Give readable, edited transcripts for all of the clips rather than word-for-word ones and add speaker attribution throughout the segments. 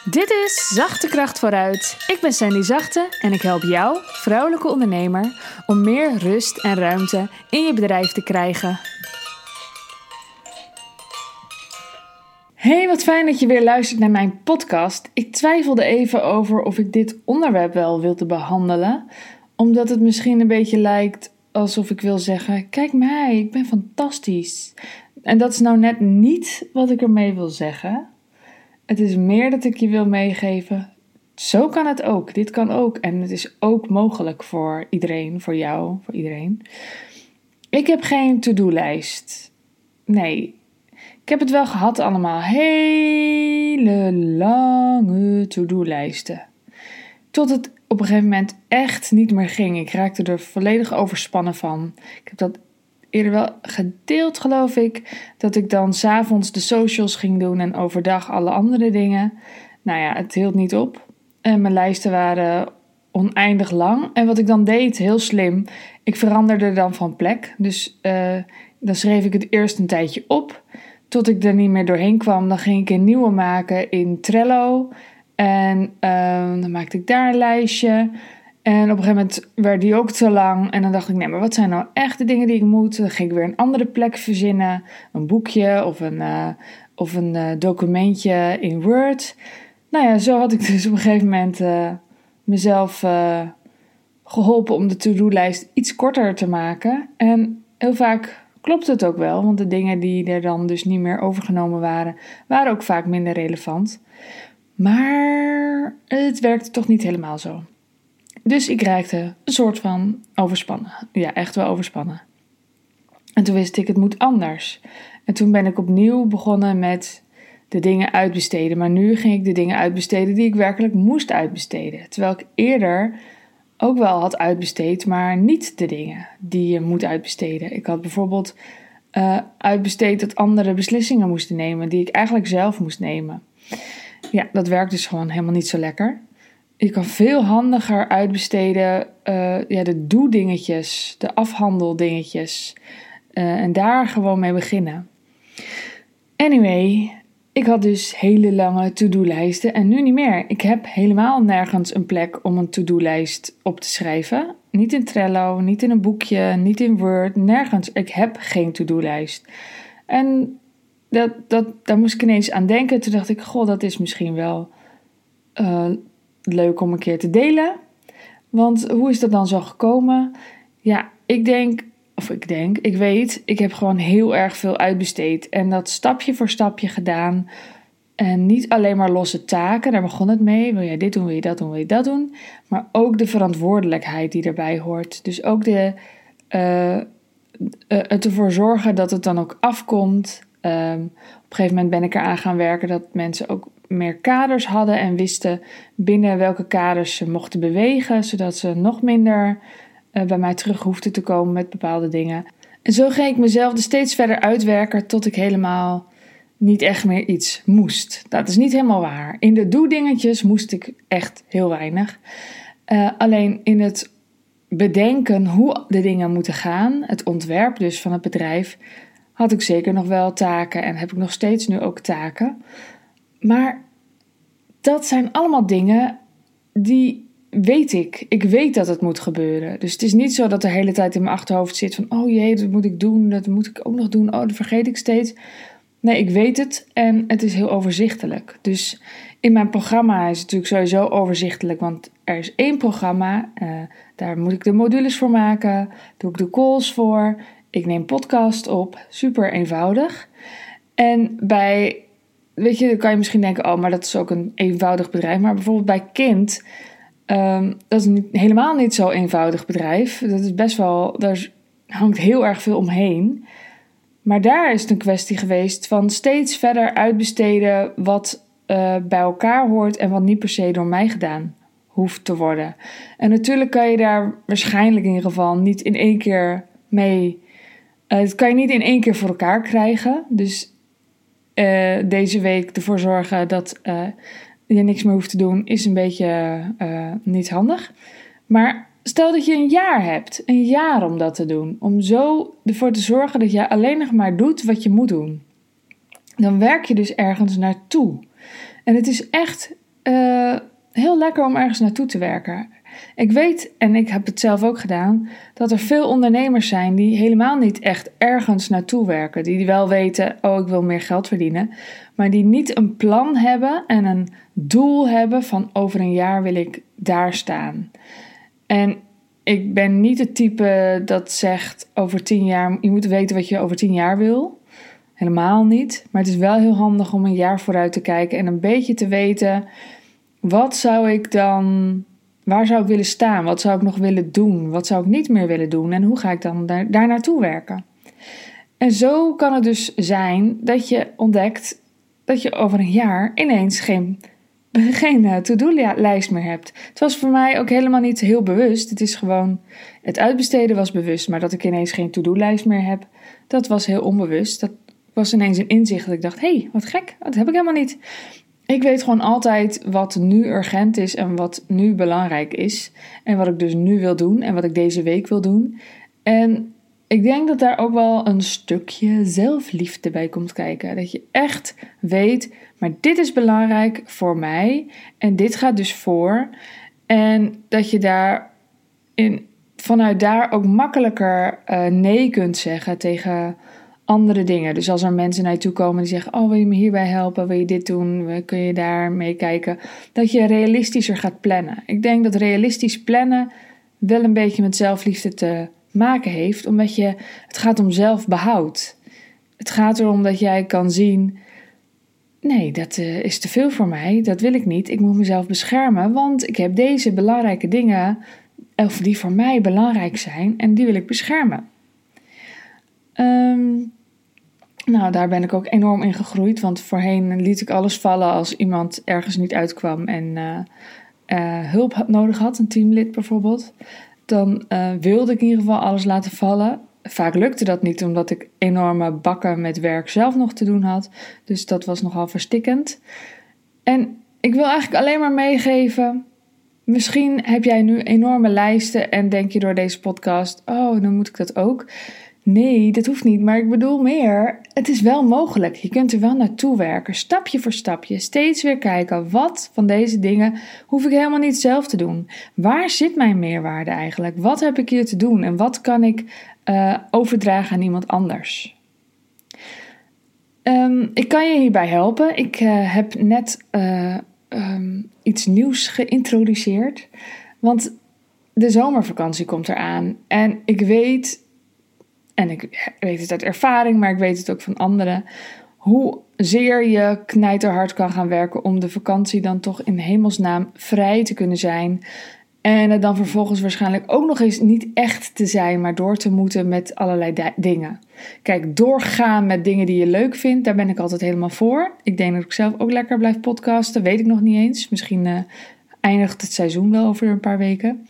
Speaker 1: Dit is Zachte Kracht Vooruit. Ik ben Sandy Zachte en ik help jou, vrouwelijke ondernemer, om meer rust en ruimte in je bedrijf te krijgen. Hey, wat fijn dat je weer luistert naar mijn podcast. Ik twijfelde even over of ik dit onderwerp wel wilde behandelen, omdat het misschien een beetje lijkt alsof ik wil zeggen, kijk mij, ik ben fantastisch. En dat is nou net niet wat ik ermee wil zeggen. Het is meer dat ik je wil meegeven, zo kan het ook, dit kan ook. En het is ook mogelijk voor iedereen, voor jou, voor iedereen. Ik heb geen to-do-lijst. Nee, ik heb het wel gehad allemaal. Hele lange to-do-lijsten. Tot het op een gegeven moment echt niet meer ging. Ik raakte er volledig overspannen van. Ik heb dat eerder wel gedeeld, geloof ik, dat ik dan 's avonds de socials ging doen en overdag alle andere dingen. Nou ja, het hield niet op. En mijn lijsten waren oneindig lang. En wat ik dan deed, heel slim, ik veranderde dan van plek. Dus dan schreef ik het eerst een tijdje op, tot ik er niet meer doorheen kwam. Dan ging ik een nieuwe maken in Trello. En dan maakte ik daar een lijstje. En op een gegeven moment werd die ook te lang. En dan dacht ik, nee, maar wat zijn nou echt de dingen die ik moet? Dan ging ik weer een andere plek verzinnen. Een boekje of een documentje in Word. Nou ja, zo had ik dus op een gegeven moment mezelf geholpen om de to-do-lijst iets korter te maken. En heel vaak klopt het ook wel. Want de dingen die er dan dus niet meer overgenomen waren, waren ook vaak minder relevant. Maar het werkte toch niet helemaal zo. Dus ik raakte een soort van overspannen. Ja, echt wel overspannen. En toen wist ik, het moet anders. En toen ben ik opnieuw begonnen met de dingen uitbesteden. Maar nu ging ik de dingen uitbesteden die ik werkelijk moest uitbesteden. Terwijl ik eerder ook wel had uitbesteed, maar niet de dingen die je moet uitbesteden. Ik had bijvoorbeeld uitbesteed dat anderen beslissingen moesten nemen die ik eigenlijk zelf moest nemen. Ja, dat werkt dus gewoon helemaal niet zo lekker. Je kan veel handiger uitbesteden de doe-dingetjes, de afhandeldingetjes. En daar gewoon mee beginnen. Anyway, ik had dus hele lange to-do-lijsten en nu niet meer. Ik heb helemaal nergens een plek om een to-do-lijst op te schrijven. Niet in Trello, niet in een boekje, niet in Word, nergens. Ik heb geen to-do-lijst. En daar moest ik ineens aan denken. Toen dacht ik, goh, dat is misschien wel leuk om een keer te delen. Want hoe is dat dan zo gekomen? Ja, ik weet, ik heb gewoon heel erg veel uitbesteed. En dat stapje voor stapje gedaan. En niet alleen maar losse taken, daar begon het mee. Wil jij dit doen, wil je dat doen, wil je dat doen. Maar ook de verantwoordelijkheid die erbij hoort. Dus ook het ervoor zorgen dat het dan ook afkomt. Op een gegeven moment ben ik eraan gaan werken dat mensen ook meer kaders hadden en wisten binnen welke kaders ze mochten bewegen, zodat ze nog minder bij mij terug hoefden te komen met bepaalde dingen. En zo ging ik mezelf er steeds verder uitwerken tot ik helemaal niet echt meer iets moest. Dat is niet helemaal waar. In de doe-dingetjes moest ik echt heel weinig. Alleen in het bedenken hoe de dingen moeten gaan, het ontwerp dus van het bedrijf, had ik zeker nog wel taken en heb ik nog steeds nu ook taken. Maar dat zijn allemaal dingen die weet ik. Ik weet dat het moet gebeuren. Dus het is niet zo dat de hele tijd in mijn achterhoofd zit van, oh jee, dat moet ik doen, dat moet ik ook nog doen, oh, dat vergeet ik steeds. Nee, ik weet het en het is heel overzichtelijk. Dus in mijn programma is het natuurlijk sowieso overzichtelijk, want er is 1 programma, daar moet ik de modules voor maken, doe ik de calls voor, ik neem podcast op, super eenvoudig. En weet je, dan kan je misschien denken, oh, maar dat is ook een eenvoudig bedrijf. Maar bijvoorbeeld bij Kind, dat is helemaal niet zo'n eenvoudig bedrijf. Dat is best wel, daar hangt heel erg veel omheen. Maar daar is het een kwestie geweest van steeds verder uitbesteden wat bij elkaar hoort en wat niet per se door mij gedaan hoeft te worden. En natuurlijk kan je daar waarschijnlijk in ieder geval niet in één keer mee. Dat kan je niet in één keer voor elkaar krijgen. Dus deze week ervoor zorgen dat je niks meer hoeft te doen, is een beetje niet handig. Maar stel dat je een jaar hebt. Een jaar om dat te doen. Om zo ervoor te zorgen dat je alleen nog maar doet wat je moet doen. Dan werk je dus ergens naartoe. En het is echt heel lekker om ergens naartoe te werken. Ik weet, en ik heb het zelf ook gedaan, dat er veel ondernemers zijn die helemaal niet echt ergens naartoe werken. Die wel weten, oh, ik wil meer geld verdienen. Maar die niet een plan hebben en een doel hebben van over een jaar wil ik daar staan. En ik ben niet het type dat zegt over 10 jaar, je moet weten wat je over 10 jaar wil. Helemaal niet. Maar het is wel heel handig om een jaar vooruit te kijken en een beetje te weten, wat zou ik dan, waar zou ik willen staan? Wat zou ik nog willen doen? Wat zou ik niet meer willen doen? En hoe ga ik dan daar naartoe werken? En zo kan het dus zijn dat je ontdekt dat je over een jaar ineens geen to-do-lijst meer hebt. Het was voor mij ook helemaal niet heel bewust. Het is gewoon, het uitbesteden was bewust, maar dat ik ineens geen to-do-lijst meer heb, dat was heel onbewust. Dat was ineens een inzicht dat ik dacht, hé, wat gek, dat heb ik helemaal niet. Ik weet gewoon altijd wat nu urgent is en wat nu belangrijk is. En wat ik dus nu wil doen en wat ik deze week wil doen. En ik denk dat daar ook wel een stukje zelfliefde bij komt kijken. Dat je echt weet, maar dit is belangrijk voor mij en dit gaat dus voor. En dat je vanuit daar ook makkelijker nee kunt zeggen tegen andere dingen. Dus als er mensen naar je toe komen die zeggen, oh, wil je me hierbij helpen? Wil je dit doen? Kun je daar mee kijken? Dat je realistischer gaat plannen. Ik denk dat realistisch plannen wel een beetje met zelfliefde te maken heeft, omdat het gaat om zelfbehoud. Het gaat erom dat jij kan zien, nee, dat is te veel voor mij, dat wil ik niet. Ik moet mezelf beschermen, want ik heb deze belangrijke dingen, of die voor mij belangrijk zijn, en die wil ik beschermen. Nou, daar ben ik ook enorm in gegroeid, want voorheen liet ik alles vallen als iemand ergens niet uitkwam en hulp nodig had, een teamlid bijvoorbeeld. Dan wilde ik in ieder geval alles laten vallen. Vaak lukte dat niet, omdat ik enorme bakken met werk zelf nog te doen had. Dus dat was nogal verstikkend. En ik wil eigenlijk alleen maar meegeven, misschien heb jij nu enorme lijsten en denk je door deze podcast, oh, dan moet ik dat ook. Nee, dat hoeft niet, maar ik bedoel meer, het is wel mogelijk. Je kunt er wel naartoe werken, stapje voor stapje. Steeds weer kijken, wat van deze dingen hoef ik helemaal niet zelf te doen? Waar zit mijn meerwaarde eigenlijk? Wat heb ik hier te doen en wat kan ik overdragen aan iemand anders? Ik kan je hierbij helpen. Ik heb net iets nieuws geïntroduceerd, want de zomervakantie komt eraan en ik weet het uit ervaring, maar ik weet het ook van anderen, hoezeer je knijterhard kan gaan werken om de vakantie dan toch in hemelsnaam vrij te kunnen zijn. En het dan vervolgens waarschijnlijk ook nog eens niet echt te zijn, maar door te moeten met allerlei dingen. Kijk, doorgaan met dingen die je leuk vindt, daar ben ik altijd helemaal voor. Ik denk dat ik zelf ook lekker blijf podcasten, weet ik nog niet eens. Misschien eindigt het seizoen wel over een paar weken.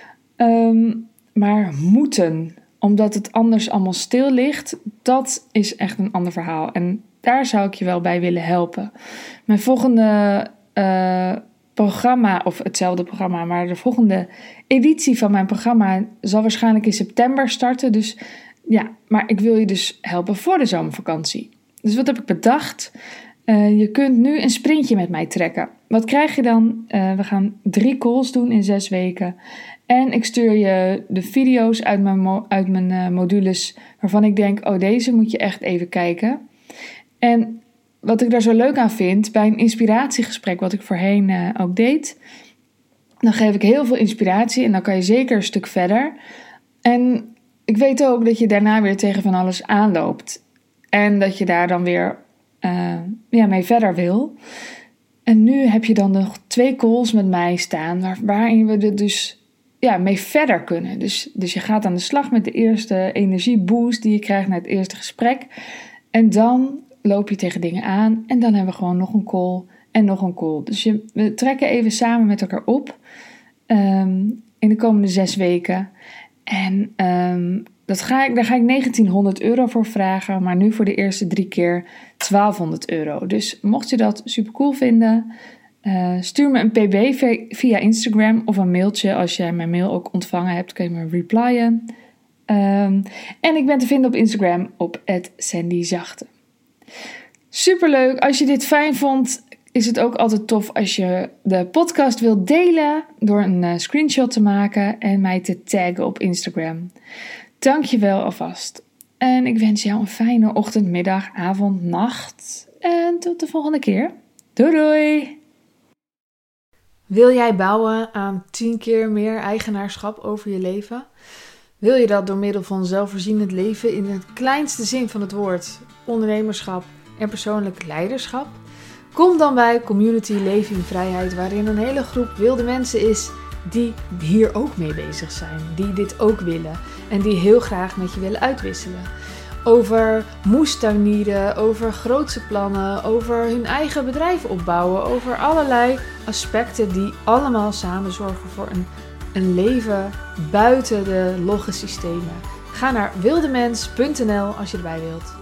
Speaker 1: Maar moeten, omdat het anders allemaal stil ligt, dat is echt een ander verhaal. En daar zou ik je wel bij willen helpen. Mijn volgende programma, of hetzelfde programma, maar de volgende editie van mijn programma zal waarschijnlijk in september starten. Dus ja, maar ik wil je dus helpen voor de zomervakantie. Dus wat heb ik bedacht? Je kunt nu een sprintje met mij trekken. Wat krijg je dan? We gaan 3 calls doen in 6 weken. En ik stuur je de video's uit mijn modules waarvan ik denk, oh, deze moet je echt even kijken. En wat ik daar zo leuk aan vind, bij een inspiratiegesprek wat ik voorheen ook deed, dan geef ik heel veel inspiratie en dan kan je zeker een stuk verder. En ik weet ook dat je daarna weer tegen van alles aanloopt. En dat je daar dan weer mee verder wil. En nu heb je dan nog 2 calls met mij staan, waarin we er dus mee verder kunnen. Dus je gaat aan de slag met de eerste energieboost die je krijgt na het eerste gesprek. En dan loop je tegen dingen aan en dan hebben we gewoon nog een call en nog een call. Dus we trekken even samen met elkaar op in de komende 6 weken. En daar ga ik €1900 voor vragen, maar nu voor de eerste 3 keer €1200. Dus mocht je dat super cool vinden, stuur me een pb via Instagram of een mailtje. Als jij mijn mail ook ontvangen hebt, kun je me replyen. En ik ben te vinden op Instagram op @sandyzachte. Superleuk. Als je dit fijn vond, is het ook altijd tof als je de podcast wilt delen door een screenshot te maken en mij te taggen op Instagram. Dank je wel alvast. En ik wens jou een fijne ochtend, middag, avond, nacht. En tot de volgende keer. Doei doei! Wil jij bouwen aan 10 keer meer eigenaarschap over je leven? Wil je dat door middel van zelfvoorzienend leven in het kleinste zin van het woord, ondernemerschap en persoonlijk leiderschap? Kom dan bij Community Leven in Vrijheid, waarin een hele groep wilde mensen is die hier ook mee bezig zijn, die dit ook willen en die heel graag met je willen uitwisselen. Over moestuinieren, over grootse plannen, over hun eigen bedrijf opbouwen, over allerlei aspecten die allemaal samen zorgen voor een leven buiten de logge systemen. Ga naar wildemens.nl als je erbij wilt.